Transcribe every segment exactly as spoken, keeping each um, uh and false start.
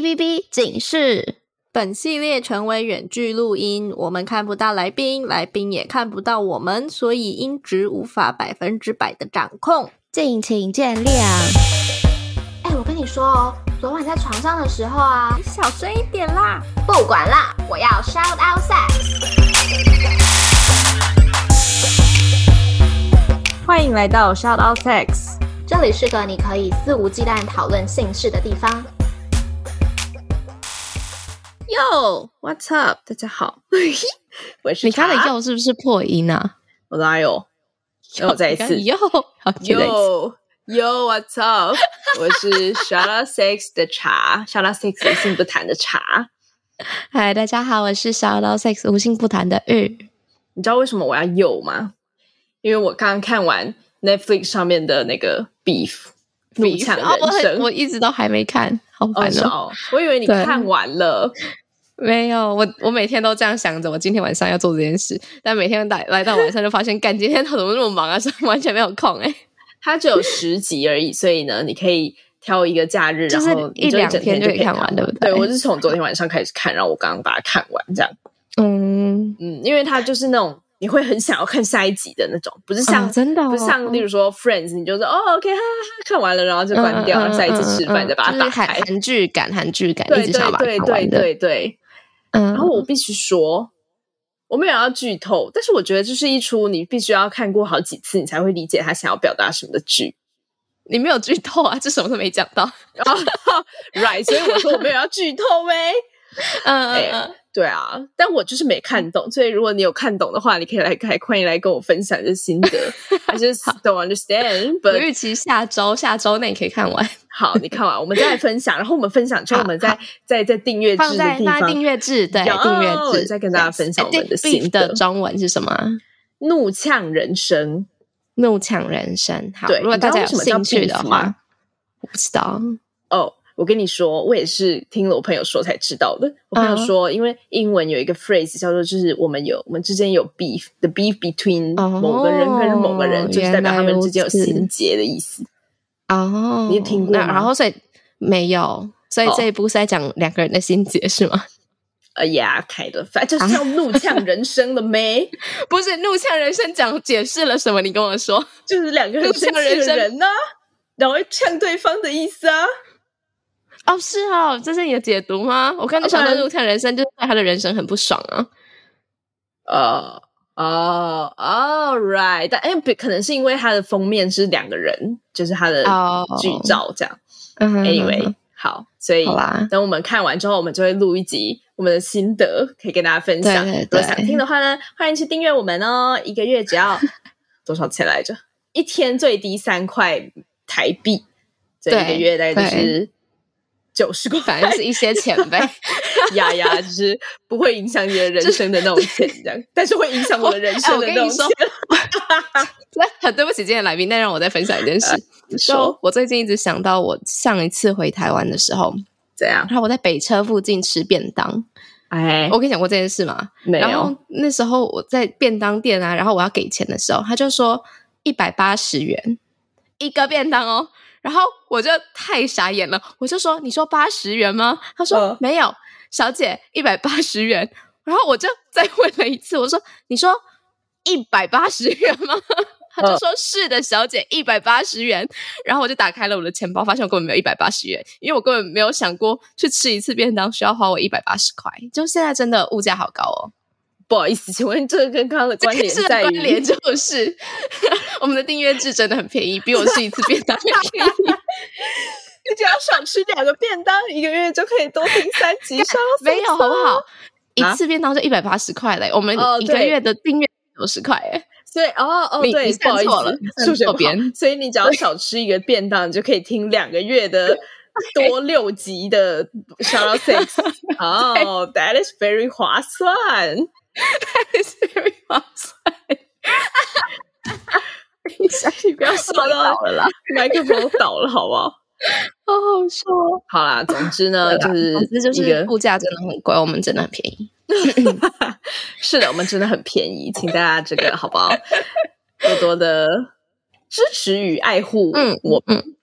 哔哔警示， 本系列成为远距录音，我们看不到来宾，来宾也看不到我们，所以音质无法百分之百的掌控， 敬请见谅。 哎、欸，我跟你说哦，昨晚在床上的时候啊， 你小声一点啦。 不管啦，我要 shout out sex。 欢迎来到 shout out sex， 这里是个你可以肆无忌惮讨论性事的地方。 Yo, what's up？ 大家好，我是你刚才又是不是破音啊？ 我哪有？让我再一次。 又 Yo, Yo, what's up？ 我是 shout out sex 的茶 ，shout out sex 无性不谈的茶。 嗨，大家好，我是 shout out sex 无性不谈的玉。 你知道为什么我要 Yo 吗？因为我刚刚看完 Netflix 上面的那个 Beef 怒呛人生、 哦我，我一直都还没看，好烦哦。 哦我以为你看完了。 没有，我我每天都这样想着，我今天晚上要做这件事，但每天来来到晚上就发现，干今天怎么那么忙啊，完全没有空哎、欸。 它只有十集而已，所以呢，你可以挑一个假日， 就是、 然后一两天就可以看完，对不对？ 对，我是从昨天晚上开始看，然后我刚刚把它看完，这样。 嗯嗯，因为它就是那种你会很想要看下一集的那种，不是像、 哦、真的、哦， 不是像例如说 Friends， 你就说哦 OK 哈哈看完了，然后就关掉， 嗯、 下一次吃饭、嗯、再把它打开。 韩剧感，韩剧感， 对一直想要把它看完的。 对对对对对。嗯，然后我必须说，我没有要剧透，但是我觉得这是一出你必须要看过好几次，你才会理解他想要表达什么的剧。 你没有剧透啊，这什么都没讲到。 oh, right， 所以我说我没有要剧透呗。 嗯嗯嗯， 对啊，但我就是没看懂，所以如果你有看懂的话，你可以来，还欢迎来跟我分享这心得。I just don't understand。 我预期下周下周内可以看完。 好，你看完，我们再来分享，然后我们分享之后，我们再再在订阅制的地方， 放在订阅制，对，订阅制， 再跟大家分享我们的心得。的中文是什么？ 怒呛人生， 怒呛人生。好， 对， 如果大家有兴趣的话，我不知道哦。我跟你说，我也是听了我朋友说才知道的。我朋友说， uh, 因为英文有一个 phrase 叫做，就是我们有我们之间有 beef，the beef between、oh, 某个人跟某个人，就是代表他们之间有心结的意思。哦， oh, 你有听过吗？ 然后所以没有，所以这一部是在讲两个人的心结是吗？ 呃、uh, 呀、yeah, ，kind of， 反正就是叫怒呛人生了没？ 不是怒呛人生讲解释了什么？你跟我说， 就是两个人生气的人啊，然后呛对方的意思啊。 哦，是哦，这是你的解读吗？我刚才想到怒呛人生就是他的人生很不爽啊。 呃哦哦 right， 但哎，可能是因为他的封面是两个人，就是他的剧照这样。 Oh. Anyway， 好，所以等我们看完之后，我们就会录一集我们的心得，可以跟大家分享。 对对对，如果想听的话呢，欢迎去订阅我们哦。一个月只要多少钱来着？一天最低三块台币，这一个月大概就是九十块， 反正是一些钱呗。 呀呀，就是不会影响你的人生的那种钱，这样，但是会影响我的人生的那种钱。 很对不起今天的来宾，但让我再分享一件事。就我最近一直想到我上一次回台湾的时候， 怎样？ 然后我在北车附近吃便当。 哎， 我跟你讲过这件事吗？ 没有。 然後那时候我在便当店啊，然后我要给钱的时候，他就说一百八十元一个便当哦。然后我就太傻眼了，我就说你说八十元吗？他说、呃、没有，小姐一百八十元。然后我就再问了一次，我说你说一百八十元吗？他就说、呃、是的小姐一百八十元。然后我就打开了我的钱包，发现我根本没有一百八十元，因为我根本没有想过去吃一次便当需要花我一百八十块，就现在真的物价好高哦。 不好意思，请问这个跟刚刚的关联在于？ 关联就是我们的订阅制真的很便宜，比我吃一次便当便宜。 你只要少吃两个便当，一个月就可以多听三集上。 没有好不好？一次便当就一百八十块嘞，我们一个月的订阅九十块哎。 所以哦哦对， 你算错了， 数学不好。所以你只要少吃一个便当，你就可以听两个月的多六集的 Shout Out Sex。哦 ，That is very 划算。 That is very 划算。 你不要笑到了啦，麦克风倒了，好不好？ 好好笑。 好啦，总之呢，就是总之就是物价真的很贵，我们真的很便宜。 是的，我们真的很便宜，请大家这个好不好？多多的支持与爱护我们。嗯嗯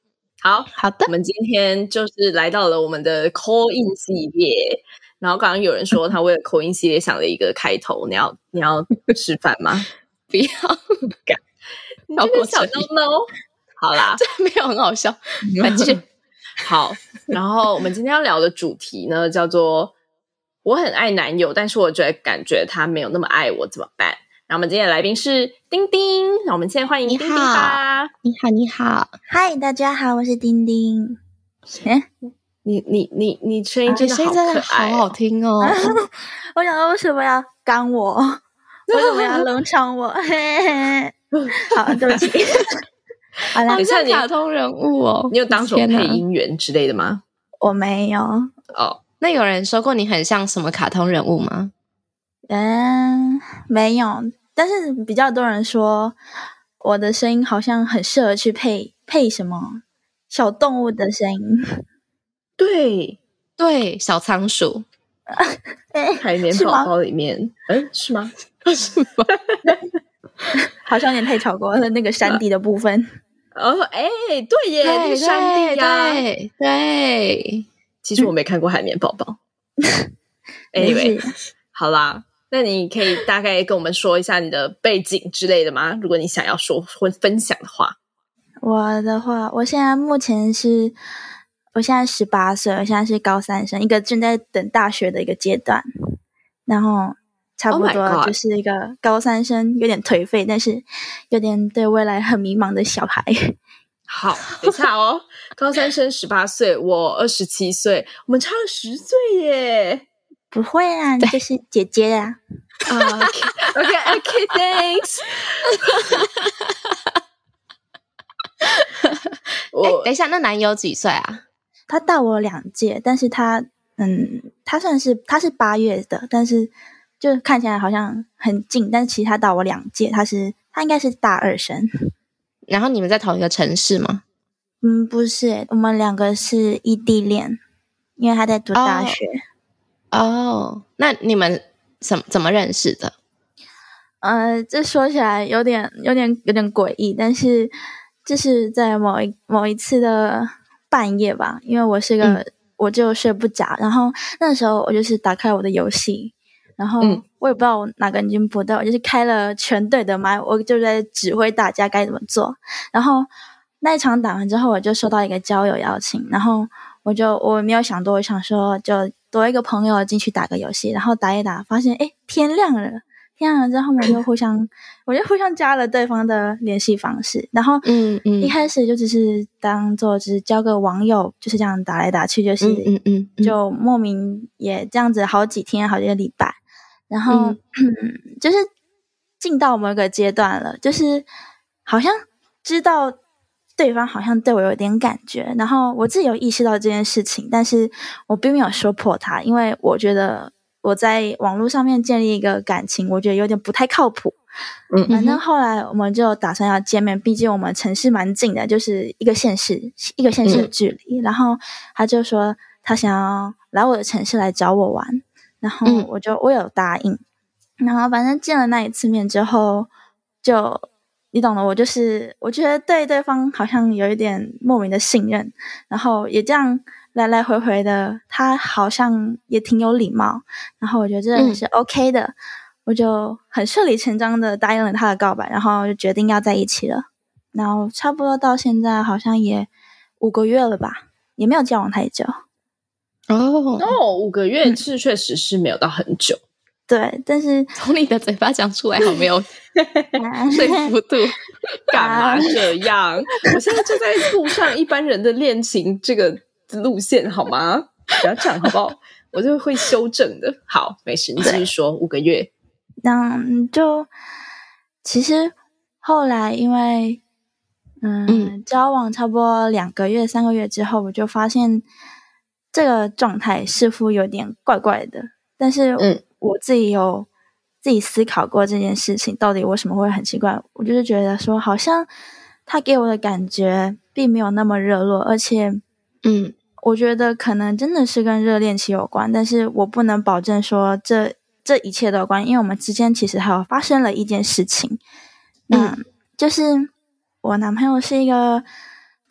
好好的， 我们今天就是来到了我们的 call in 系列，然后刚刚有人说他为了 call in 系列想了一个开头，你要你要示范吗？ 不要干，你这个小孬孬。好啦， 这没有很好笑，反正好。然后我们今天要聊的主题呢，叫做我很爱男友，但是我觉得感觉他没有那么爱我，怎么办？然后我们今天的来宾是丁丁，那我们现在欢迎丁丁吧。 你好，你好， 嗨，大家好，我是丁丁。哎， 你你你你声音真的好可爱、哦， 好好听哦。 我想说为什么要干我？为什么要冷场我？好，对不起。 好啦，你是卡通人物哦。 你有当什么配音员之类的吗？ 我没有。 哦， 那有人说过你很像什么卡通人物吗？ 嗯，没有。但是比较多人说我的声音好像很适合去配配什么小动物的声音。 对对，小仓鼠。 海绵宝宝里面，嗯，是吗？ 是吗？ 好像有点太超过了那个山地的部分。 哦，哎，对耶，那个山地呀， 对对。 其实我没看过海绵宝宝。Anyway， 好啦，那你可以大概跟我们说一下你的背景之类的吗？如果你想要说或分享的话。 我的话，我现在目前是，我现在十八岁，我现在是高三生，一个正在等大学的一个阶段，然后差不多就是一个高三生，有点颓废，但是有点对未来很迷茫的小孩。 好，等一下哦，高三生十八岁，我二十七岁，我们差了十岁耶！ 不会啊，你就是姐姐啊。 啊 ，OK，OK，Thanks。 我等一下，那男友几岁啊？ 他大我两届，但是他嗯，他算是他是八月的，但是就看起来好像很近，但是其实他大我两届，他是他应该是大二生。 然后你们在同一个城市吗？ 嗯，不是，我们两个是异地恋，因为他在读大学。 哦， oh, 那你们怎怎么认识的？ 呃，这说起来有点有点有点诡异，但是这是在某一某一次的半夜吧，因为我是个、嗯、我就睡不着，然后那时候我就是打开我的游戏。然后我也不知道我哪根筋不对，我就是开了全队的麦，我就在指挥大家该怎么做。然后那一场打完之后，我就收到一个交友邀请，然后我就我没有想多，我想说就多一个朋友进去打个游戏，然后打一打，发现诶天亮了，天亮了之后我们就互相，我就互相加了对方的联系方式，然后嗯嗯，一开始就只是当做只是交个网友，就是这样打来打去，就是嗯嗯嗯，就莫名也这样子好几天好几个礼拜。然后、嗯、就是进到某个阶段了，就是好像知道对方好像对我有点感觉，然后我自己有意识到这件事情，但是我并没有说破它，因为我觉得我在网络上面建立一个感情，我觉得有点不太靠谱。嗯，反正后来我们就打算要见面，毕竟我们城市蛮近的，就是一个县市一个县市的距离、嗯、然后他就说他想要来我的城市来找我玩，然后我就我有答应、嗯、然后反正见了那一次面之后，就你懂的，我就是我觉得对对方好像有一点莫名的信任，然后也这样来来回回的，他好像也挺有礼貌，然后我觉得这人是 OK 的、嗯、我就很顺理成章的答应了他的告白，然后就决定要在一起了，然后差不多到现在好像也五个月了吧，也没有交往太久。 哦哦，五个月是确实是没有到很久、嗯、 对，但是从你的嘴巴讲出来好没有说服度干嘛这样我现在就在路上一般人的恋情这个路线好吗？不要这样好不好？我就会修正的。好，没事，你继续说。五个月那就其实后来因为嗯, 嗯交往差不多两个月三个月之后，我就发现这个状态似乎有点怪怪的，但是我自己有自己思考过这件事情到底为什么会很奇怪，我就是觉得说好像他给我的感觉并没有那么热络，而且嗯，我觉得可能真的是跟热恋期有关，但是我不能保证说这这一切都有关，因为我们之间其实还有发生了一件事情，那、嗯、就是我男朋友是一个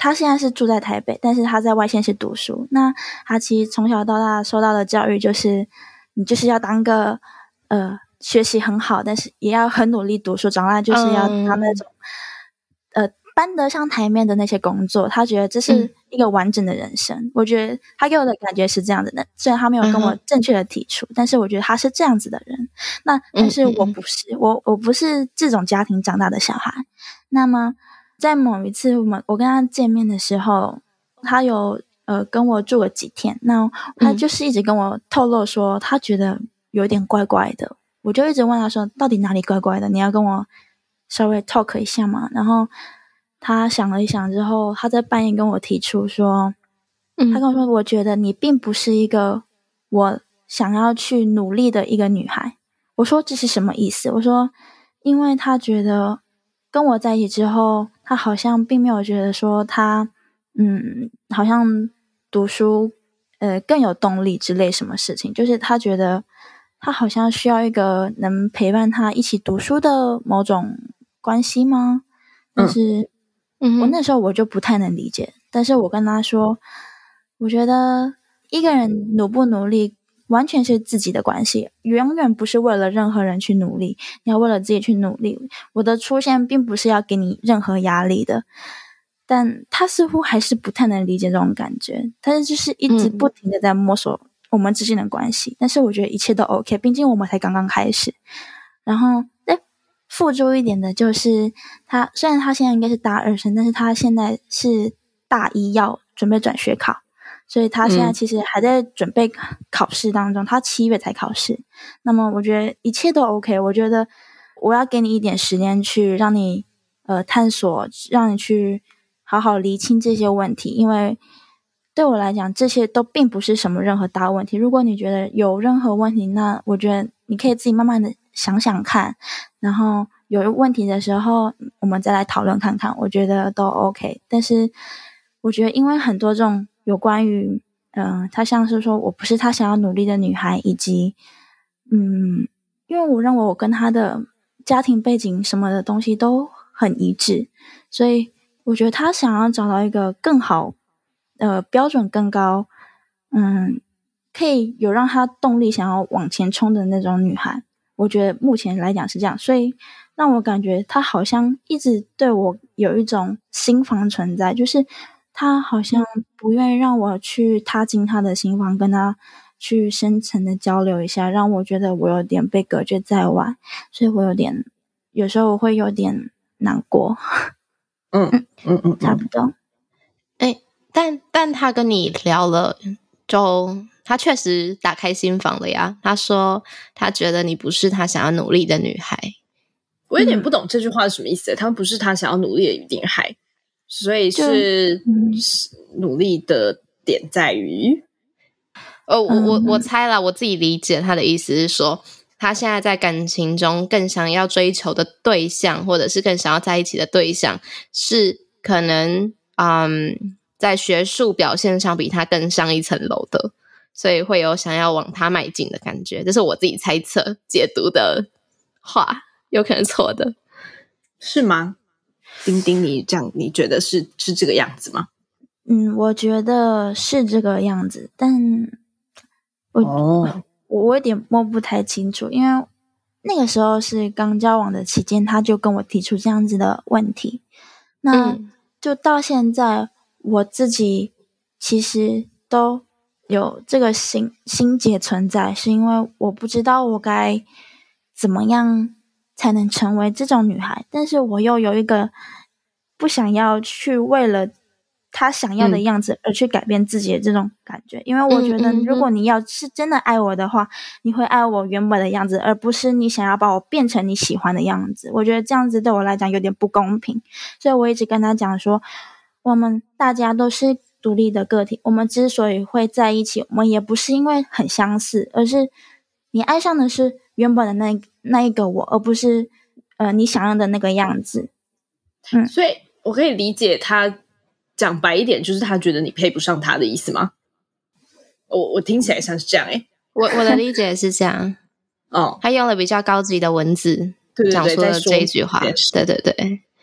他现在是住在台北，但是他在外县市读书。那他其实从小到大受到的教育就是，你就是要当个呃学习很好，但是也要很努力读书，长大就是要当那种、嗯、呃搬得上台面的那些工作。他觉得这是一个完整的人生。嗯、我觉得他给我的感觉是这样子的，虽然他没有跟我正确的提出，嗯、但是我觉得他是这样子的人。那但是我不是，嗯、我我不是这种家庭长大的小孩。那么。在某一次我们我跟他见面的时候，他有呃跟我住了几天，那他就是一直跟我透露说他觉得有点怪怪的。我就一直问他说到底哪里怪怪的，你要跟我稍微 talk 一下嘛。然后他想了一想之后，他在半夜跟我提出说，他跟我说我觉得你并不是一个我想要去努力的一个女孩。我说这是什么意思？我说因为他觉得跟我在一起之后，他好像并没有觉得说他嗯好像读书呃更有动力之类什么事情，就是他觉得他好像需要一个能陪伴他一起读书的某种关系吗？但是、嗯、我那时候我就不太能理解，但是我跟他说我觉得一个人努不努力完全是自己的关系，永远不是为了任何人去努力，你要为了自己去努力。我的出现并不是要给你任何压力的，但他似乎还是不太能理解这种感觉，他是就是一直不停的在摸索我们之间的关系、嗯、但是我觉得一切都 OK， 毕竟我们才刚刚开始。然后诶附注一点的就是他虽然他现在应该是大二生，但是他现在是大一要准备转学考，所以他现在其实还在准备考试当中、嗯、他七月才考试。那么我觉得一切都 OK， 我觉得我要给你一点时间去让你呃探索，让你去好好厘清这些问题，因为对我来讲这些都并不是什么任何大问题。如果你觉得有任何问题，那我觉得你可以自己慢慢的想想看，然后有问题的时候我们再来讨论看看，我觉得都 OK。 但是我觉得因为很多这种有关于嗯、呃，他像是说我不是他想要努力的女孩，以及嗯，因为我认为我跟他的家庭背景什么的东西都很一致，所以我觉得他想要找到一个更好呃标准更高，嗯，可以有让他动力想要往前冲的那种女孩。我觉得目前来讲是这样，所以让我感觉他好像一直对我有一种心防存在，就是他好像不愿意让我去踏进他的心房，跟他去深层的交流一下，让我觉得我有点被隔绝在外，所以我有点有时候我会有点难过。 嗯嗯嗯， 差不多。 哎，但但他跟你聊了，就他确实打开心房了呀。他说他觉得你不是他想要努力的女孩。 我有点不懂这句话是什么意思、欸、他们不是他想要努力的女孩，所以是、嗯、努力的点在于哦，我我我猜啦，我自己理解他的意思是说，他现在在感情中更想要追求的对象，或者是更想要在一起的对象，是可能嗯，在学术表现上比他更上一层楼的，所以会有想要往他迈进的感觉。这是我自己猜测解读的话，有可能错的。 是吗？丁丁，你这样你觉得是是这个样子吗？ 嗯，我觉得是这个样子，但我、哦、我有点摸不太清楚，因为那个时候是刚交往的期间，他就跟我提出这样子的问题。那就到现在，我自己其实都有这个心心结存在，是因为我不知道我该怎么样才能成为这种女孩，但是我又有一个不想要去为了他想要的样子而去改变自己的这种感觉、嗯、因为我觉得如果你要是真的爱我的话、嗯、你会爱我原本的样子，而不是你想要把我变成你喜欢的样子。我觉得这样子对我来讲有点不公平，所以我一直跟他讲说，我们大家都是独立的个体，我们之所以会在一起，我们也不是因为很相似，而是你爱上的是原本的那那一个我，而不是呃你想要的那个样子。 嗯，所以我可以理解他讲白一点，就是他觉得你配不上他的意思吗？我我听起来像是这样诶、欸。 我我的理解是这样。哦，他用了比较高级的文字，对对对，讲出了这一句话。对对对。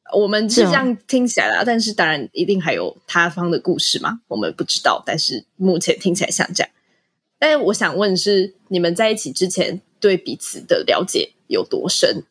我们是这样听起来啦，但是当然一定还有他方的故事嘛，我们不知道，但是目前听起来像这样。但是我想问是，你们在一起之前对彼此的了解有多深？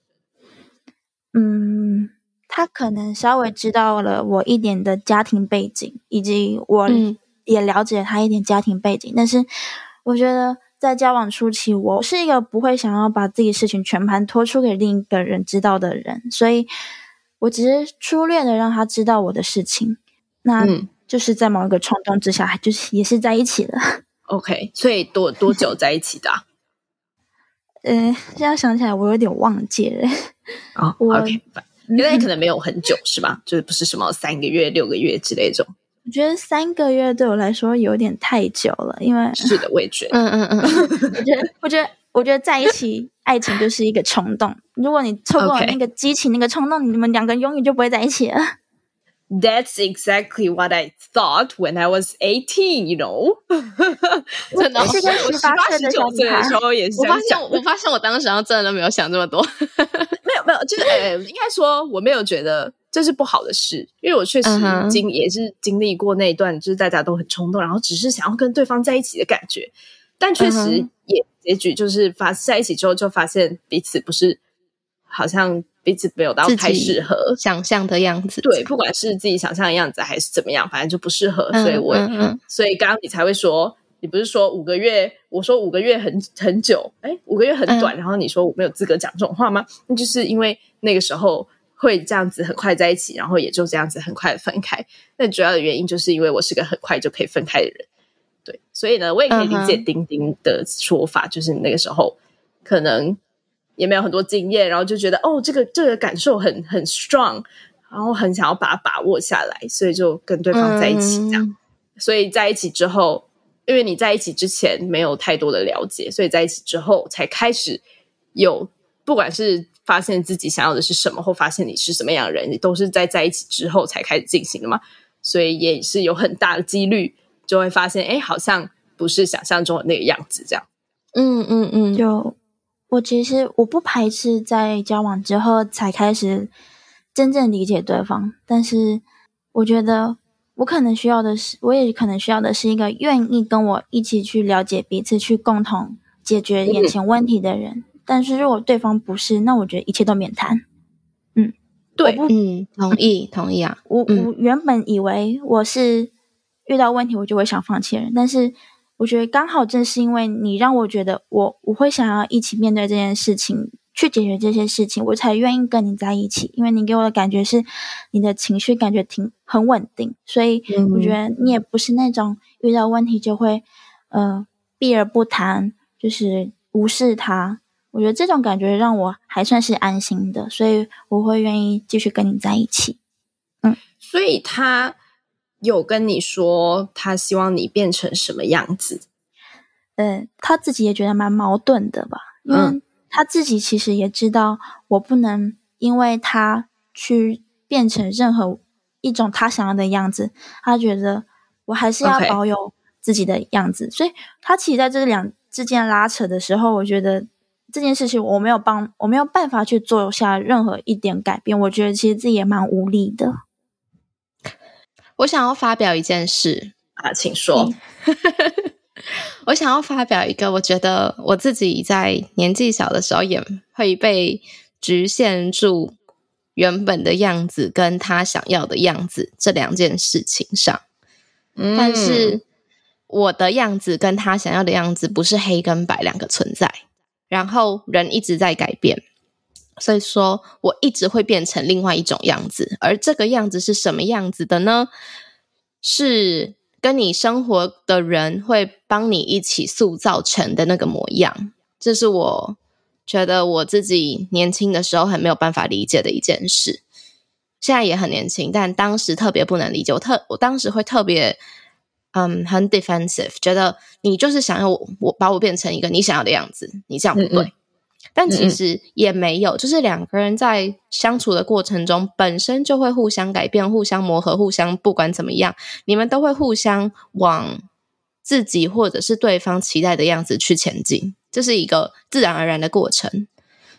嗯，他可能稍微知道了我一点的家庭背景，以及我也了解他一点家庭背景，嗯、但是我觉得在交往初期，我是一个不会想要把自己事情全盘托出给另一个人知道的人，所以我只是粗略的让他知道我的事情，那就是在某一个冲动之下，就是也是在一起了。 OK， 所以多多久在一起的、啊？ 呃，现在想起来我有点忘记了。 哦、oh, ，OK， 因为可能没有很久是吧？就是不是什么三个月、六个月之类这种。 我觉得三个月对我来说有点太久了，因为是的，我也觉得。 嗯嗯嗯，我觉得，我觉得，我觉得在一起，爱情就是一个冲动。如果你错过了那个激情、okay. 那个冲动，你们两个永远就不会在一起了。 That's exactly what I thought when I was eighteen, you know 。 真的， 我是个十八岁的小岁的时候也是这样想。 我发现，我发现我当时好像真的都没有想这么多。 没有，没有，就是呃，应该说我没有觉得这是不好的事，因为我确实经、uh-huh. 也是经历过那一段，就是大家都很冲动，然后只是想要跟对方在一起的感觉，但确实也结局就是发在一起之后就发现彼此不是好像。彼此没有到太适合想象的样子， 对，不管是自己想象的样子还是怎么样，反正就不适合。嗯、所以我、嗯嗯，所以刚刚你才会说，你不是说五个月，我说五个月很很久，哎，五个月很短、嗯，然后你说我没有资格讲这种话吗？那就是因为那个时候会这样子很快在一起，然后也就这样子很快分开。那主要的原因就是因为我是个很快就可以分开的人，对，所以呢，我也可以理解丁丁的说法，嗯、就是那个时候可能。也没有很多经验，然后就觉得哦，这个这个感受很很 strong， 然后很想要把它把握下来，所以就跟对方在一起这样、嗯。所以在一起之后，因为你在一起之前没有太多的了解，所以在一起之后才开始有，不管是发现自己想要的是什么，或发现你是什么样的人，你都是在在一起之后才开始进行的嘛。所以也是有很大的几率就会发现，哎，好像不是想象中的那个样子这样。 嗯嗯嗯，就。我其实我不排斥在交往之后才开始真正理解对方，但是我觉得我可能需要的是，我也可能需要的是一个愿意跟我一起去了解彼此，去共同解决眼前问题的人。嗯、但是如果对方不是，那我觉得一切都免谈。嗯， 对， 嗯，同意，同意啊。 我、嗯、我原本以为我是遇到问题我就会想放弃的人，但是。我觉得刚好正是因为你让我觉得我我会想要一起面对这件事情，去解决这些事情，我才愿意跟你在一起。因为你给我的感觉是你的情绪感觉挺很稳定，所以我觉得你也不是那种遇到问题就会呃避而不谈，就是无视它。我觉得这种感觉让我还算是安心的，所以我会愿意继续跟你在一起。嗯， 所以他。有跟你说他希望你变成什么样子？ 呃，他自己也觉得蛮矛盾的吧，因为他自己其实也知道我不能因为他去变成任何一种他想要的样子，他觉得我还是要保有自己的样子， okay. 所以他其实在这两之间拉扯的时候，我觉得这件事情我没有帮我没有办法去做下任何一点改变，我觉得其实自己也蛮无力的。 我想要发表一件事啊，请说。 我想要发表一个，我觉得我自己在年纪小的时候也会被局限住原本的样子跟他想要的样子这两件事情上。嗯，但是我的样子跟他想要的样子不是黑跟白两个存在，然后人一直在改变。所以说我一直会变成另外一种样子，而这个样子是什么样子的呢？是跟你生活的人会帮你一起塑造成的那个模样。这是我觉得我自己年轻的时候很没有办法理解的一件事。现在也很年轻，但当时特别不能理解。我特我当时会特别嗯很 defensive， 觉得你就是想要我我把我变成一个你想要的样子，你这样不对。嗯嗯，但其实也没有，就是两个人在相处的过程中本身就会互相改变，互相磨合，互相不管怎么样你们都会互相往自己或者是对方期待的样子去前进，这是一个自然而然的过程。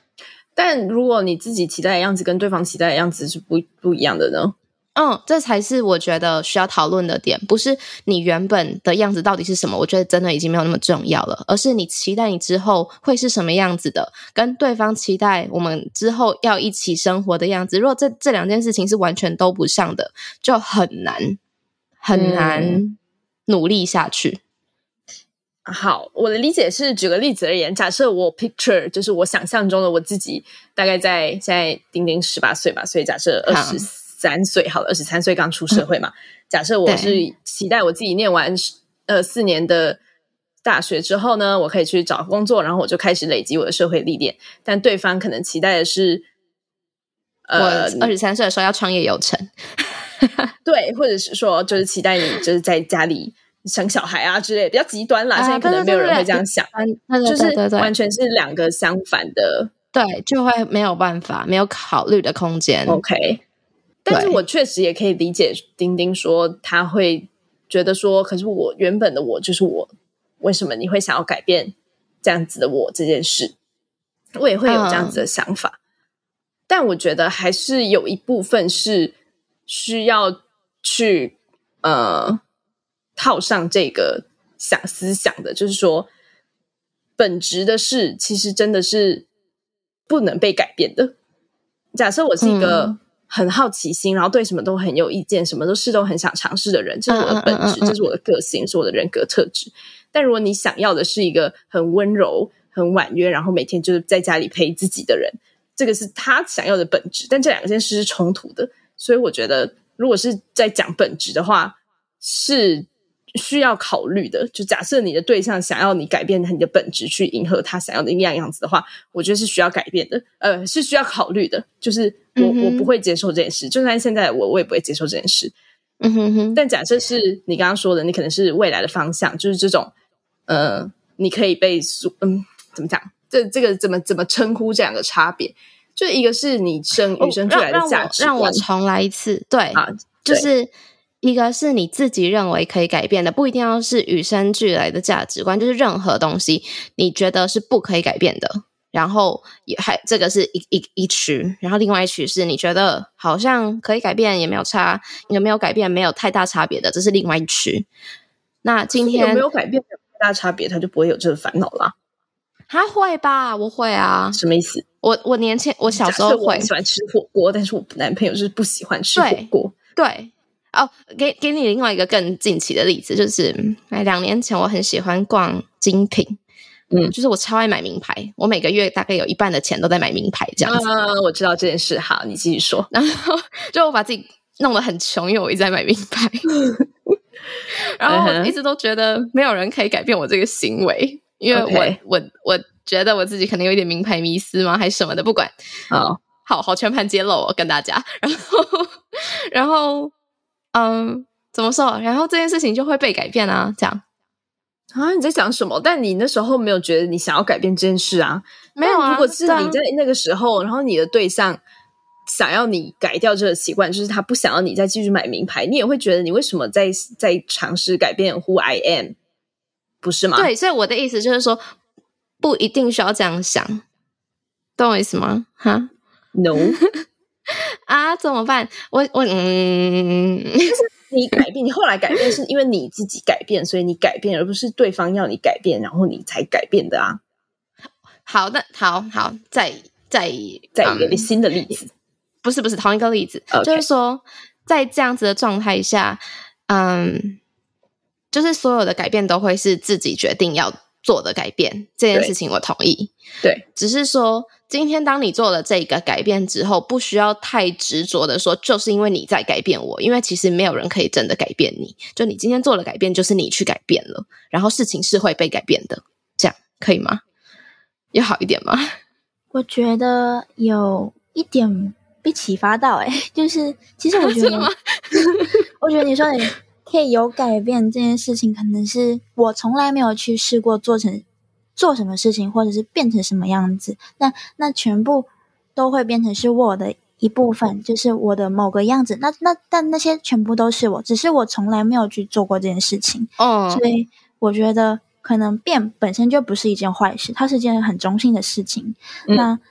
但如果你自己期待的样子跟对方期待的样子是不不一样的呢？ 嗯，这才是我觉得需要讨论的点，不是你原本的样子到底是什么，我觉得真的已经没有那么重要了，而是你期待你之后会是什么样子的，跟对方期待我们之后要一起生活的样子，如果这这两件事情是完全都不上的，就很难很难努力下去。 嗯、好，我的理解是，举个例子而言，假设我 picture 就是我想象中的我自己，大概在现在丁丁十八岁吧，所以假设二十三岁好了，二十三岁刚出社会嘛。嗯、假设我是期待我自己念完呃四年的大学之后呢，我可以去找工作，然后我就开始累积我的社会历练。但对方可能期待的是， 呃，我二十三岁的时候要创业有成， 对，或者是说就是期待你就是在家里生小孩啊之类的，比较极端啦。啊、现在可能没有人会这样想，就是完全是两个相反的， 对，就会没有办法，没有考虑的空间。 OK。但是我确实也可以理解丁丁说他会觉得说，可是我原本的我就是我，为什么你会想要改变这样子的我这件事？我也会有这样子的想法、嗯、但我觉得还是有一部分是需要去呃套上这个想思想的，就是说本质的事其实真的是不能被改变的。假设我是一个、嗯很好奇心，然后对什么都很有意见，什么都事都很想尝试的人，这是我的本质，嗯嗯嗯嗯这是我的个性，是我的人格特质。但如果你想要的是一个很温柔很婉约，然后每天就是在家里陪自己的人，这个是他想要的本质，但这两件事是冲突的。所以我觉得如果是在讲本质的话，是需要考虑的。就假设你的对象想要你改变你的本质去迎合他想要的那样样子的话，我觉得是需要改变的，呃，是需要考虑的。就是我、嗯、我不会接受这件事，就算现在我我也不会接受这件事。嗯哼哼。但假设是你刚刚说的，你可能是未来的方向，就是这种呃，你可以被嗯怎么讲？这这个怎么怎么称呼这两个差别？就一个是你生与生俱来的价值观、 哦、让, 让, 我让我重来一次，对，啊、就是一个是你自己认为可以改变的，不一定要是与生俱来的价值观，就是任何东西你觉得是不可以改变的，然后也还这个是一一一区，然后另外一区是你觉得好像可以改变也没有差，有没有改变没有太大差别的，这是另外一区。那今天有没有改变没有太大差别，他就不会有这个烦恼啦。 他会吧？我会啊。 什么意思？ 我我年轻，我小时候会。 我很喜欢吃火锅，但是我男朋友就是不喜欢吃火锅。 对。对哦，给给你另外一个更近期的例子，就是哎，两年前我很喜欢逛精品，嗯，就是我超爱买名牌，我每个月大概有一半的钱都在买名牌这样子。 啊，我知道这件事，好，你继续说。 然后就我把自己弄得很穷，因为我一直在买名牌，然后我一直都觉得没有人可以改变我这个行为，因为我、okay. 我我觉得我自己可能有一点名牌迷思吗，还是什么的，不管。 好， 好好全盘揭露我跟大家，然后然后。嗯，怎么说？然后这件事情就会被改变啊，这样啊？你在讲什么？但你那时候没有觉得你想要改变这件事啊？ 没有啊。 如果是你在那个时候，然后你的对象想要你改掉这个习惯，就是他不想要你再继续买名牌，你也会觉得你为什么在在尝试改变 who I am， 不是吗？ 对，所以我的意思就是说，不一定需要这样想，懂我意思吗？哈 ？No。 啊，怎么办？我我嗯， 就是你改变，你后来改变是因为你自己改变，所以你改变，而不是对方要你改变，然后你才改变的啊。 好的，好好，再再再一个新的例子， 嗯、不是不是同一个例子， okay. 就是说在这样子的状态下，嗯，就是所有的改变都会是自己决定要做的改变，这件事情我同意。 对， 只是说今天当你做了这个改变之后，不需要太执着的说就是因为你在改变我，因为其实没有人可以真的改变你，就你今天做了改变就是你去改变了，然后事情是会被改变的，这样可以吗？有好一点吗？ 我觉得有一点被启发到诶、欸、就是其实我觉得我觉得你说你可以有改变这件事情，可能是我从来没有去试过做成做什么事情，或者是变成什么样子，那那全部都会变成是我的一部分，就是我的某个样子，那那但那些全部都是我，只是我从来没有去做过这件事情。哦，所以我觉得可能变本身就不是一件坏事，它是一件很中性的事情。嗯、那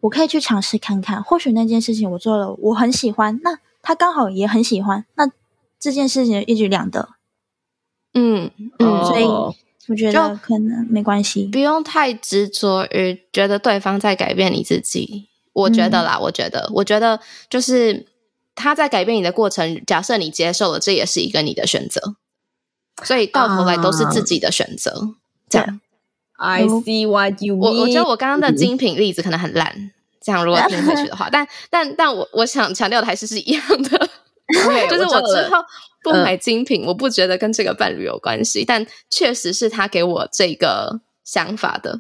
我可以去尝试看看，或许那件事情我做了我很喜欢，那他刚好也很喜欢，那这件事情一举两得。 嗯嗯， 所以我觉得可能没关系， 不用太执着于觉得对方在改变你自己。我觉得啦、嗯、我觉得我觉得就是他在改变你的过程，假设你接受了，这也是一个你的选择，所以到头来都是自己的选择、uh, 这样。 I see what you mean。 我, 我觉得我刚刚的精品例子可能很烂，这样如果听回去的话但但但我我想强调的还是是一样的okay, 就是我之后不买精品、嗯、我不觉得跟这个伴侣有关系，但确实是他给我这个想法的。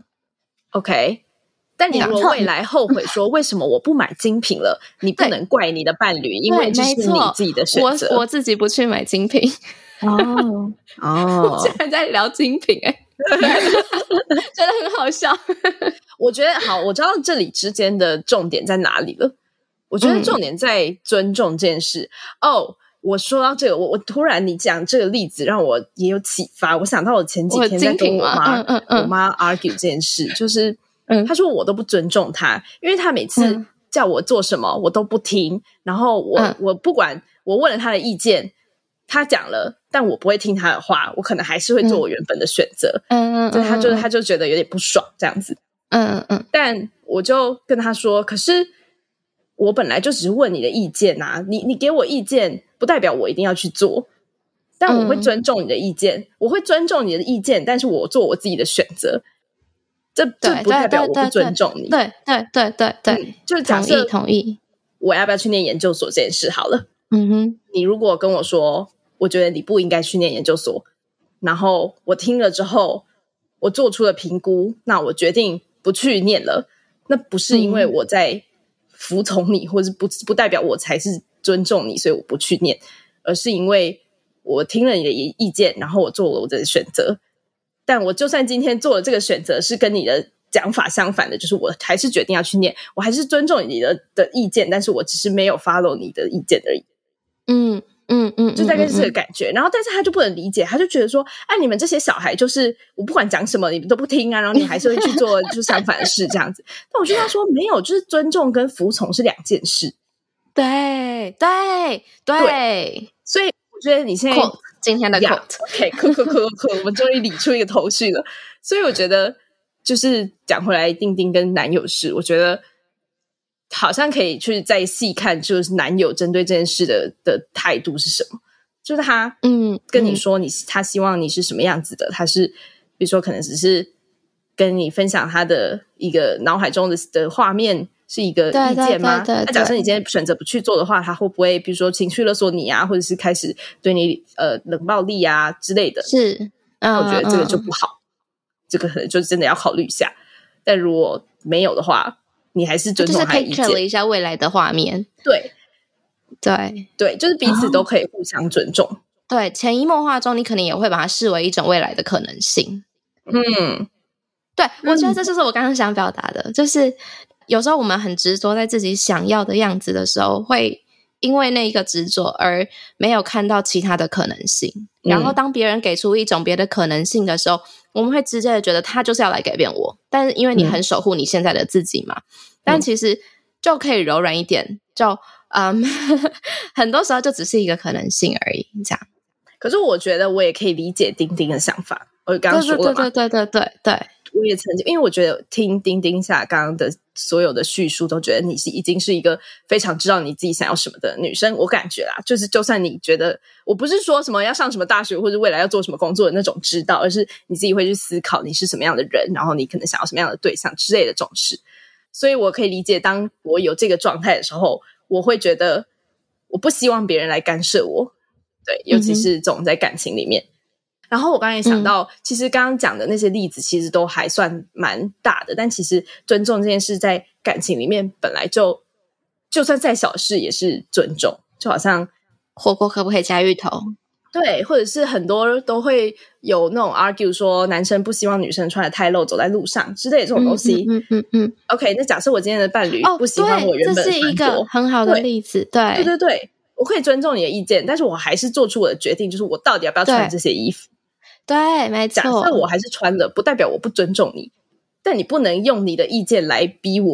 OK， 但你如果未来后悔说为什么我不买精品了，你不能怪你的伴侣，因为这是你自己的选择。 我我自己不去买精品。 哦哦， 我竟然在聊精品哎、欸，觉得很好笑。 我觉得好，我知道这里之间的重点在哪里了。我觉得重点在尊重这件事。哦、嗯 oh, 我说到这个，我我突然你讲这个例子让我也有启发。我想到我前几天在跟我妈、嗯嗯嗯、我妈 argue 这件事，就是她说我都不尊重她，因为她每次叫我做什么、嗯、我都不听，然后我、嗯、我不管我问了她的意见，她讲了，但我不会听她的话，我可能还是会做我原本的选择。嗯嗯，所以她就她就觉得有点不爽这样子。嗯嗯嗯，但我就跟她说，可是我本来就只是问你的意见啊，你你给我意见不代表我一定要去做，但我会尊重你的意见、嗯、我会尊重你的意见，但是我做我自己的选择，这这不代表我不尊重你。 对对对对对、 嗯、就假设同意同意我要不要去念研究所这件事好了。 嗯哼， 你如果跟我说我觉得你不应该去念研究所，然后我听了之后我做出了评估，那我决定不去念了，那不是因为我在服从你、嗯、或者不不代表我才是尊重你所以我不去念，而是因为我听了你的意见，然后我做了我的选择。但我就算今天做了这个选择是跟你的讲法相反的，就是我还是决定要去念，我还是尊重你的的意见，但是我只是没有 follow 你的意见而已。 嗯嗯嗯， 就大概是这个感觉、嗯嗯嗯、然后但是他就不能理解，他就觉得说哎、啊，你们这些小孩就是我不管讲什么你们都不听啊，然后你还是会去做就相反的事这样子。但我就跟他说没有，就是尊重跟服从是两件事。 对对 对, 对， 所以我觉得你现在 quote, 今天的 quote、 yeah, OK 酷酷酷酷，我们终于理出一个头绪了。所以我觉得就是讲回来丁丁跟男友事，我觉得好像可以去再细看就是男友针对这件事的的态度是什么。就是他嗯跟你说你、嗯、他希望你是什么样子的，他是比如说可能只是跟你分享他的一个脑海中的的画面是一个意见吗？那假设你今天选择不去做的话，他会不会比如说情绪勒索你啊，或者是开始对你呃冷暴力啊之类的？ 是、嗯、 我觉得这个就不好、嗯、这个可能就真的要考虑一下。但如果没有的话，你还是尊重他的意见， 就是 picture 了一下未来的画面。 对对对，就是彼此都可以互相尊重、哦、 对，潜移默化中你可能也会把它视为一种未来的可能性。 嗯， 对，我觉得这就是我刚刚想表达的、嗯、就是有时候我们很执着在自己想要的样子的时候，会因为那一个执着而没有看到其他的可能性、嗯、然后当别人给出一种别的可能性的时候，我们会直接的觉得他就是要来改变我，但是因为你很守护你现在的自己嘛、嗯、但其实就可以柔软一点，就嗯，很多时候就只是一个可能性而已这样。 可是我觉得我也可以理解丁丁的想法，我刚刚说了嘛， 对对对对对对， 我也曾经，因为我觉得听丁丁下刚刚的所有的叙述，都觉得你是已经是一个非常知道你自己想要什么的女生。我感觉啦，就是就算你觉得，我不是说什么要上什么大学或者未来要做什么工作的那种知道，而是你自己会去思考你是什么样的人，然后你可能想要什么样的对象之类的这种事。所以我可以理解，当我有这个状态的时候，我会觉得我不希望别人来干涉我，对，尤其是这种在感情里面、嗯、然后我刚刚也想到、嗯、其实刚刚讲的那些例子其实都还算蛮大的，但其实尊重这件事在感情里面本来就就算再小事也是尊重，就好像火锅可不可以加芋头， 对，或者是很多都会有那种 argue 说男生不希望女生穿得太露走在路上之类的这种东西。嗯嗯 嗯, 嗯 OK， 那假设我今天的伴侣不喜欢我原本的穿着、哦、 这是一个很好的例子。对对对对，我可以尊重你的意见，但是我还是做出我的决定，就是我到底要不要穿这些衣服。 对，没错。 假设我还是穿了，不代表我不尊重你，但你不能用你的意见来逼我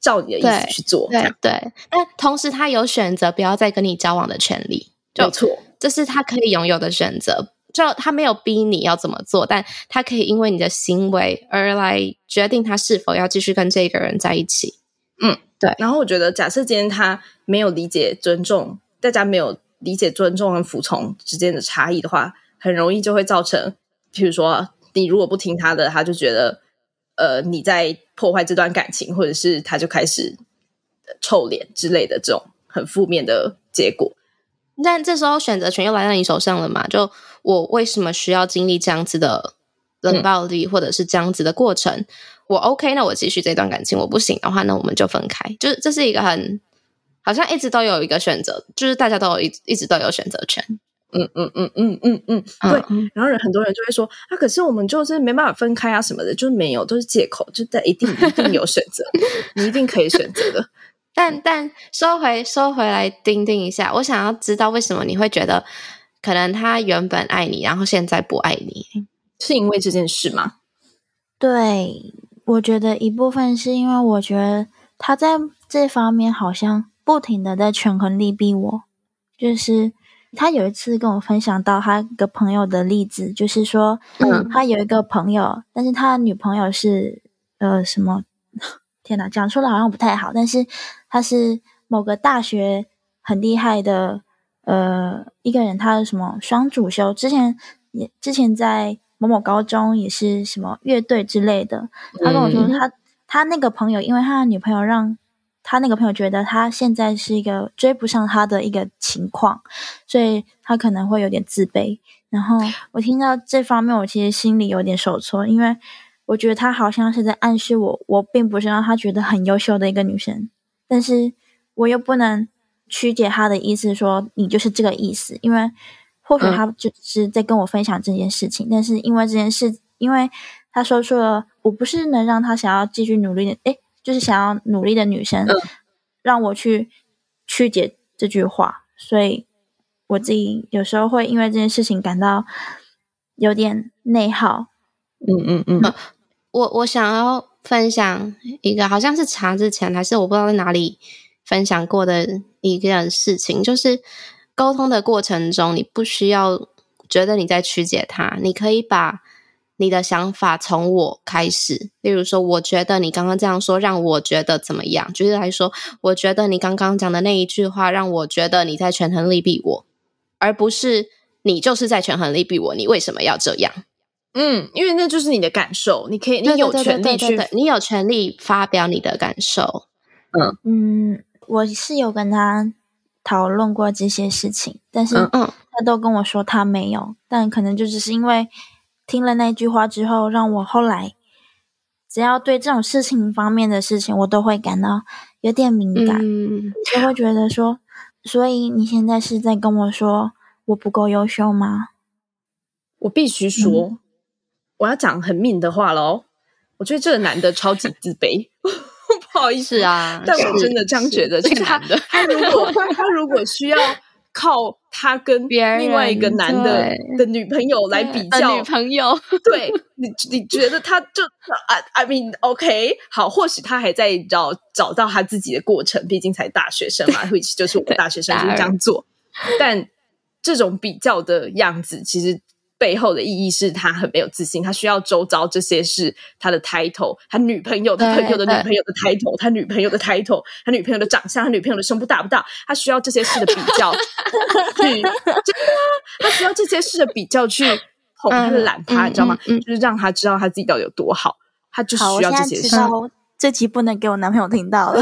照你的意思去做。 对 对, 对，但同时他有选择不要再跟你交往的权利， 没错， 这是他可以拥有的选择。就他没有逼你要怎么做，但他可以因为你的行为而来决定他是否要继续跟这个人在一起。 嗯， 对。 然后我觉得假设今天他没有理解尊重，大家没有理解尊重和服从之间的差异的话，很容易就会造成，譬如说你如果不听他的，他就觉得呃你在破坏这段感情，或者是他就开始臭脸之类的这种很负面的结果。 但这时候选择权又来到你手上了嘛，就我为什么需要经历这样子的冷暴力、嗯、或者是这样子的过程，我 OK 那我继续这段感情，我不行的话那我们就分开。就是这是一个很好像一直都有一个选择，就是大家都有 一, 一直都有选择权。 嗯嗯嗯嗯嗯嗯，对。然后很多人就会说啊，可是我们就是没办法分开啊什么的，就是没有，都是借口，就在一定一定有选择你一定可以选择的。 但但说回说回来丁丁一下，我想要知道为什么你会觉得可能他原本爱你，然后现在不爱你， 是因为这件事吗？ 对，我觉得一部分是因为我觉得他在这方面好像不停的在权衡利弊我。就是他有一次跟我分享到他一个朋友的例子，就是说嗯，他有一个朋友，但是他的女朋友是呃什么天哪，讲出来好像不太好，但是他是某个大学很厉害的呃一个人，他的什么双主修，之前也之前在某某高中也是什么乐队之类的。他跟我说他、嗯、他那个朋友，因为他的女朋友让他那个朋友觉得他现在是一个追不上他的一个情况，所以他可能会有点自卑。然后我听到这方面，我其实心里有点受挫，因为我觉得他好像是在暗示我，我并不是让他觉得很优秀的一个女生，但是我又不能曲解他的意思说你就是这个意思，因为或许他就是在跟我分享这件事情、嗯、但是因为这件事，因为他说出了我不是能让他想要继续努力的，诶，就是想要努力的女生、嗯、让我去曲解这句话，所以我自己有时候会因为这件事情感到有点内耗。 嗯嗯嗯、呃、 我我想要分享一个好像是查之前还是我不知道在哪里分享过的一个事情，就是沟通的过程中你不需要觉得你在曲解他，你可以把你的想法从我开始，例如说我觉得你刚刚这样说让我觉得怎么样，举例来说我觉得你刚刚讲的那一句话让我觉得你在权衡利弊我，而不是你就是在权衡利弊我，你为什么要这样。 嗯，因为那就是你的感受，你可以，你有权利去，对对对对对， 你有权利发表你的感受。 嗯嗯，我是有跟他讨论过这些事情，但是他都跟我说他没有，嗯嗯，但可能就只是因为听了那句话之后，让我后来只要对这种事情方面的事情，我都会感到有点敏感，嗯，就会觉得说，所以你现在是在跟我说我不够优秀吗？ 我必须说。嗯，我要讲很命的话咯，我觉得这个男的超级自卑不好意思啊， 但我真的这样觉得，就是他他如果他如果需要靠他跟另外一个男的的女朋友来比较女朋友， 对，你你觉得他就 I, I mean OK 好，或许他还在找找到他自己的过程，毕竟才大学生嘛，which 就是我们大学生就是这样做，但这种比较的样子其实背后的意义是他很没有自信，他需要周遭这些是他的 title， 他女朋友他朋友的女朋友的 title， 他女朋友的 title， 他女朋友的长相，他女朋友的胸部大不大，他需要这些事的比较去真的他需要这些事的比较去哄他的懒趴、嗯、你知道吗、嗯嗯、就是让他知道他自己到底有多好，他就需要这些事。 好，这集不能给我男朋友听到了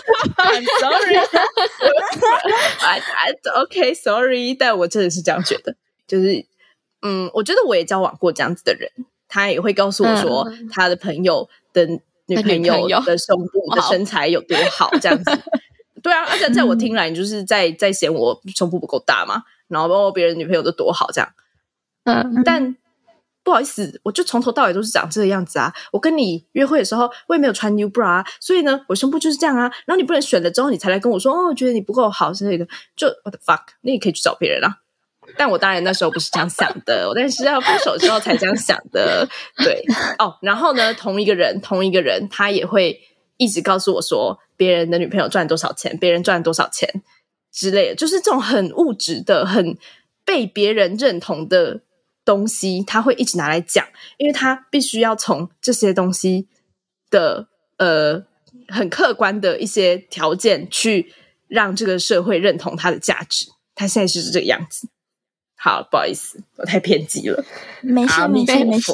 I'm sorry I, I, OK sorry 但我真的是这样觉得，就是嗯，我觉得我也交往过这样子的人，他也会告诉我说、嗯、他的朋友的女朋友的胸部的身材有多好这样子对啊，而且在我听来你就是在在嫌我胸部不够大嘛，然后包括别人女朋友都多好这样，嗯，但不好意思，我就从头到尾都是长这个样子啊，我跟你约会的时候我也没有穿 new bra 啊，所以呢我胸部就是这样啊，然后你不能选了之后你才来跟我说哦，我觉得你不够好之类的，就 what the fuck， 你也可以去找别人啊，但我当然那时候不是这样想的，我但是要分手之后才这样想的。对哦，然后呢，同一个人，同一个人，他也会一直告诉我说别人的女朋友赚多少钱，别人赚多少钱之类的，就是这种很物质的很被别人认同的东西他会一直拿来讲，因为他必须要从这些东西的呃很客观的一些条件去让这个社会认同他的价值，他现在是这个样子。好，不好意思，我太偏激了。 没事没事没事，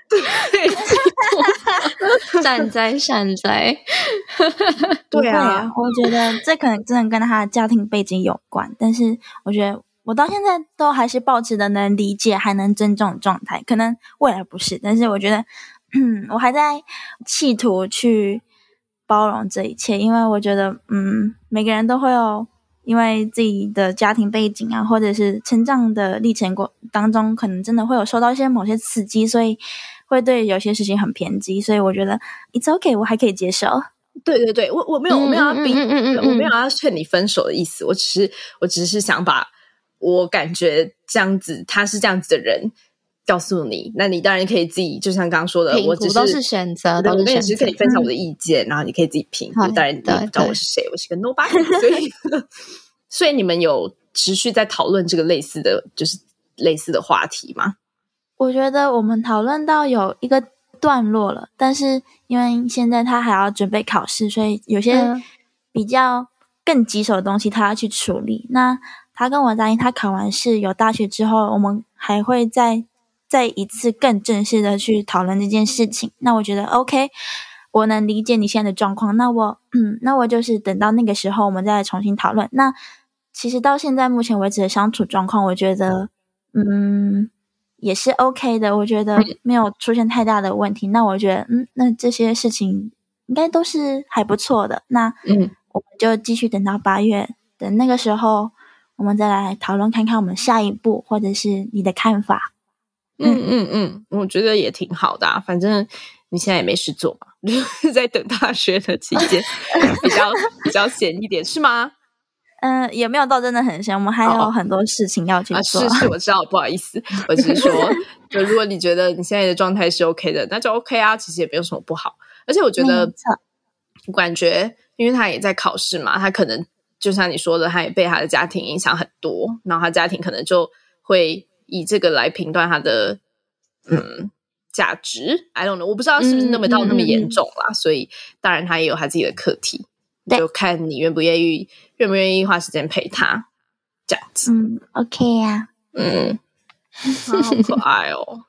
善哉善哉。 对啊， 我觉得这可能真的跟他的家庭背景有关，但是我觉得我到现在都还是抱持的能理解还能尊重的状态，可能未来不是，但是我觉得嗯，我还在企图去包容这一切，因为我觉得嗯，每个人都会有因为自己的家庭背景啊，或者是成长的历程过当中，可能真的会有受到一些某些刺激，所以会对有些事情很偏激，所以我觉得 it's okay， 我还可以接受。 对对对，我我没有我没有要逼，我没有要劝你分手的意思，我只是我只是想把我感觉这样子他是这样子的人告诉你，那你当然可以自己就像刚刚说的，我只是都是选择，都是选择， 我只是跟你分享我的意见、嗯、然后你可以自己评估，当然你不知道我是谁，我是个 nobody， 所以所以你们有持续在讨论这个类似的就是类似的话题吗？ 我觉得我们讨论到有一个段落了，但是因为现在他还要准备考试，所以有些比较更棘手的东西他要去处理、嗯、那他跟我答应他考完试有大学之后，我们还会再再一次更正式的去讨论这件事情。那我觉得 OK， 我能理解你现在的状况，那我嗯，那我就是等到那个时候我们再来重新讨论。那其实到现在目前为止的相处状况，我觉得嗯也是 OK 的，我觉得没有出现太大的问题。那我觉得嗯，那这些事情应该都是还不错的。那嗯，我们就继续等到八月，等那个时候我们再来讨论看看我们下一步，或者是你的看法。 嗯嗯嗯，我觉得也挺好的啊，反正你现在也没事做嘛，就是在等大学的期间比较比较闲一点，是吗？ 嗯、呃，也没有到真的很闲，我们还有很多事情要去做。 哦啊、是是，我知道，不好意思，我只是说，就如果你觉得你现在的状态是 OK 的，那就 OK 啊，其实也没有什么不好。而且我觉得，我感觉，因为他也在考试嘛，他可能就像你说的，他也被他的家庭影响很多，然后他家庭可能就会以这个来评断他的嗯价值。I don't know， 我不知道是不是那么到那么严重啦，嗯嗯嗯、所以当然他也有他自己的课题。就看你愿不愿意愿不愿意花时间陪他这样子。 嗯 OK 呀、啊、 嗯好可爱哦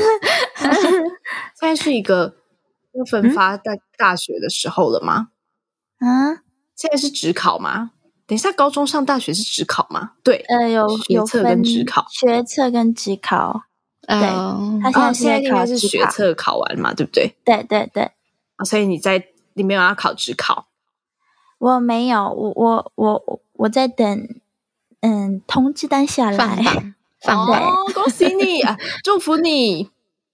现在是一个要分发在大学的时候了吗？ 嗯， 现在是指考吗？等一下高中上大学是指考吗？对， 呃，有学测跟指考， 学测跟指考。对， 嗯、 他现在是在应该是学测考完嘛，对不对？ 对对对、 哦、所以你在你没有要考指考？ 我没有，我我我我在等，嗯，通知单下来。 放榜， 放榜，哦，恭喜你，啊、祝福你。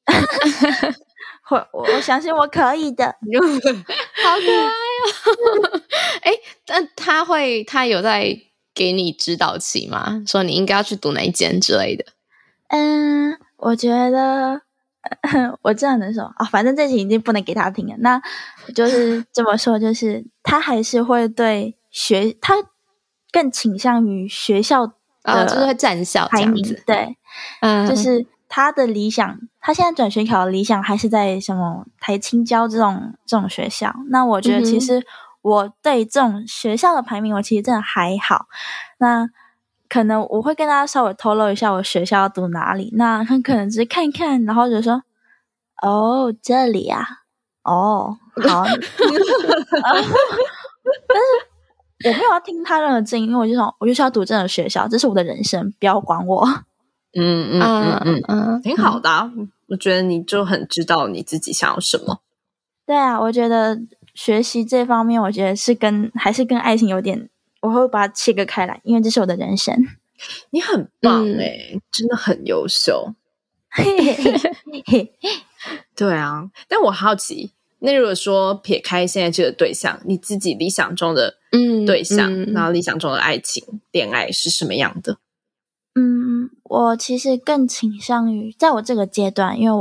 我我相信我可以的， 好可爱哦！哎，但他会，他有在给你指导期吗？说你应该要去读哪一间之类的？ 嗯，我觉得。我这样能说啊，反正这集已经不能给他听了。那就是这么说，就是他还是会对学，他更倾向于学校的排名、 哦，就是会站校这样子。 对，嗯，就是他的理想，他现在转学考的理想还是在什么台清交这种这种学校。那我觉得其实我对这种学校的排名，我其实真的还好。那可能我会跟大家稍微透露一下我学校要读哪里，那很可能只是看一看，然后就说哦这里啊，哦好但是我没有要听他任何建议，因为我就想我就是要读这种学校，这是我的人生，不要管我。 嗯嗯嗯嗯嗯，挺好的啊，我觉得你就很知道你自己想要什么。 对啊，我觉得学习这方面我觉得是跟还是跟爱情有点，我会把它切割开来，因为这是我的人生。 你很棒欸、嗯、真的很优秀。对啊，但我好奇，那如果说撇开现在这个对象，你自己理想中的对象、嗯嗯、然后理想中的爱情恋爱是什么样的？ 嗯，我其实更倾向于在我这个阶段，因为我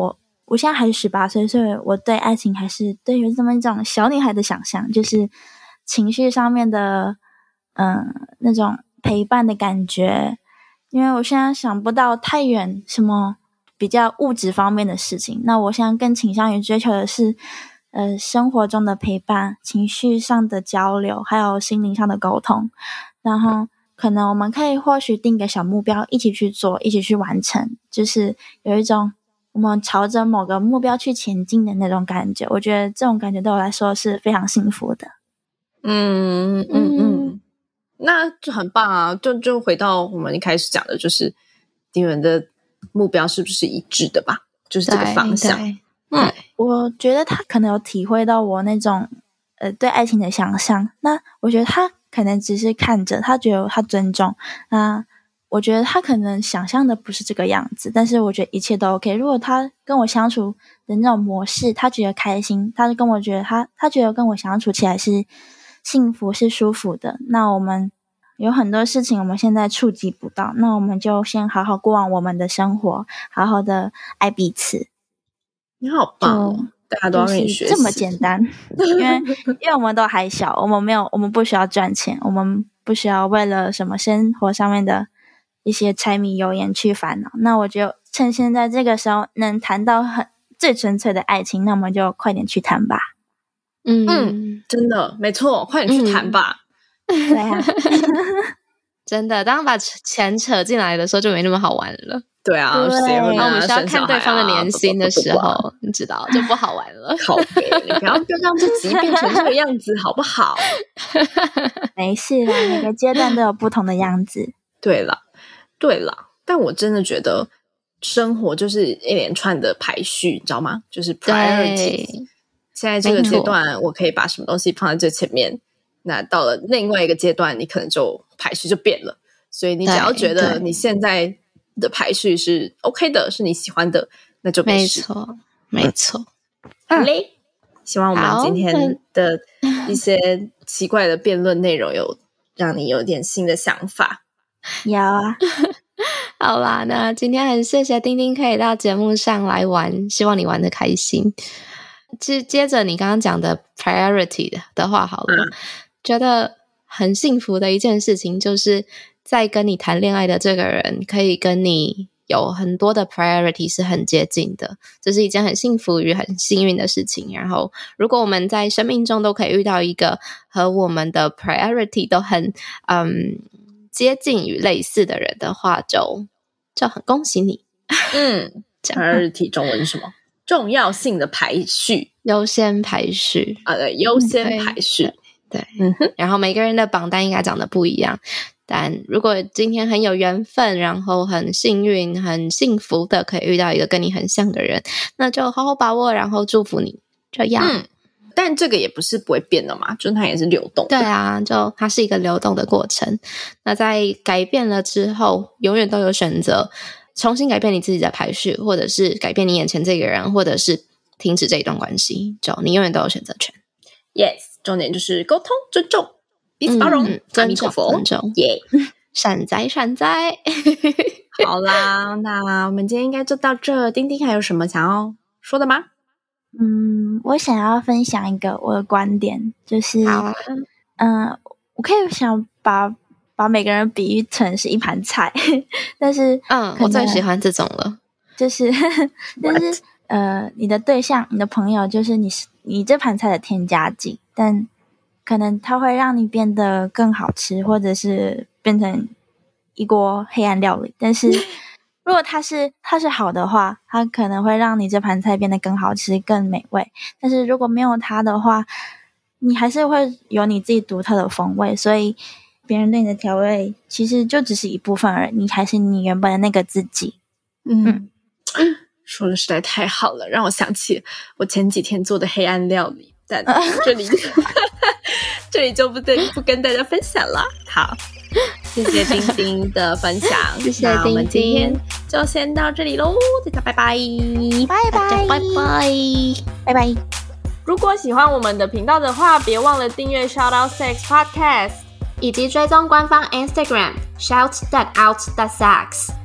我现在还是十八岁，所以我对爱情还是对有这么一种小女孩的想象，就是情绪上面的嗯那种陪伴的感觉。因为我现在想不到太远什么比较物质方面的事情，那我现在更倾向于追求的是呃生活中的陪伴，情绪上的交流，还有心灵上的沟通。然后可能我们可以或许定个小目标，一起去做，一起去完成，就是有一种我们朝着某个目标去前进的那种感觉。我觉得这种感觉对我来说是非常幸福的。 嗯嗯嗯，那就很棒啊！就就回到我们一开始讲的，就是你们的目标是不是一致的吧？就是这个方向。 嗯，我觉得他可能有体会到我那种呃对爱情的想象。那我觉得他可能只是看着，他觉得他尊重。那我觉得他可能想象的不是这个样子，但是我觉得一切都 OK。如果他跟我相处的那种模式，他觉得开心，他跟我觉得他他觉得跟我相处起来是幸福是舒服的，那我们有很多事情我们现在触及不到，那我们就先好好过完我们的生活，好好的爱彼此。 你好棒哦，大家都要跟你学习， 这么简单。因为因为我们都还小，我们没有我们不需要赚钱，我们不需要为了什么生活上面的一些柴米油盐去烦恼。那我觉得趁现在这个时候能谈到很最纯粹的爱情，那我们就快点去谈吧。 嗯嗯，真的没错，快点去谈吧。 嗯、对啊， 真的，当把钱扯进来的时候就没那么好玩了。 对啊， 然后我们需要看对方的年薪的时候，你知道就不好玩了。 靠北，你不要就让自己变成这个样子好不好？ 没事啦，每个阶段都有不同的样子。 对了，对了，但我真的觉得生活就是一连串的排序，你知道吗？就是 priority。现在这个阶段，我可以把什么东西放在最前面。那到了另外一个阶段，你可能就排序就变了。所以你只要觉得你现在的排序是 OK 的，是你喜欢的，那就没事。 没错，没错。 好嘞，希望我们今天的一些奇怪的辩论内容有让你有点新的想法。 有啊。 好啦，那今天很谢谢丁丁可以到节目上来玩，希望你玩得开心。接接着你刚刚讲的 priority 的话好了、嗯、觉得很幸福的一件事情就是在跟你谈恋爱的这个人可以跟你有很多的 priority 是很接近的，这是一件很幸福与很幸运的事情。然后如果我们在生命中都可以遇到一个和我们的 priority 都很嗯接近与类似的人的话，就就很恭喜你。 嗯，priority 中文是什么？重要性的排序， 优先排序啊，对，优先排序， 对，对嗯哼。然后每个人的榜单应该长得不一样，但如果今天很有缘分，然后很幸运、很幸福的可以遇到一个跟你很像的人，那就好好把握，然后祝福你。这样， 嗯，但这个也不是不会变的嘛，就它也是流动的。 对啊，就它是一个流动的过程。那在改变了之后，永远都有选择。重新改变你自己的排序，或者是改变你眼前这个人，或者是停止这一段关系，就你永远都有选择权。 Yes， 重点就是沟通、尊重、彼此包容、 嗯、尊重尊重耶， 善哉善哉。 好啦，那我们今天应该就到这。丁丁还有什么想要说的吗？ 嗯，我想要分享一个我的观点，就是好啊， 嗯，我可以想把把每个人比喻成是一盘菜，但是嗯，我最喜欢这种了， 就是就是呃，你的对象、你的朋友，就是你你这盘菜的添加剂，但可能它会让你变得更好吃，或者是变成一锅黑暗料理。但是如果它是它是好的话，它可能会让你这盘菜变得更好吃、更美味。但是如果没有它的话，你还是会有你自己独特的风味，所以别人对你的调味其实就只是一部分而已，你还是你原本的那个自己。 嗯，嗯说的实在太好了，让我想起我前几天做的黑暗料理，但这里这里就不对不跟大家分享了。好，谢谢丁丁的分享， 谢谢丁丁， 那我们今天就先到这里咯，大家拜拜， 拜拜， 拜拜， 拜拜。 如果喜欢我们的频道的话，别忘了订阅 Shout Out Sex Podcast。 以及追踪官方 Instagram shout that out that sex。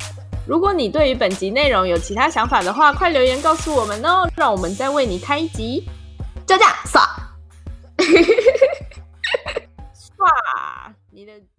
如果你对于本集内容有其他想法的话，快留言告诉我们哦，让我们再为你开一集。 就这样，爽。 唰，你的。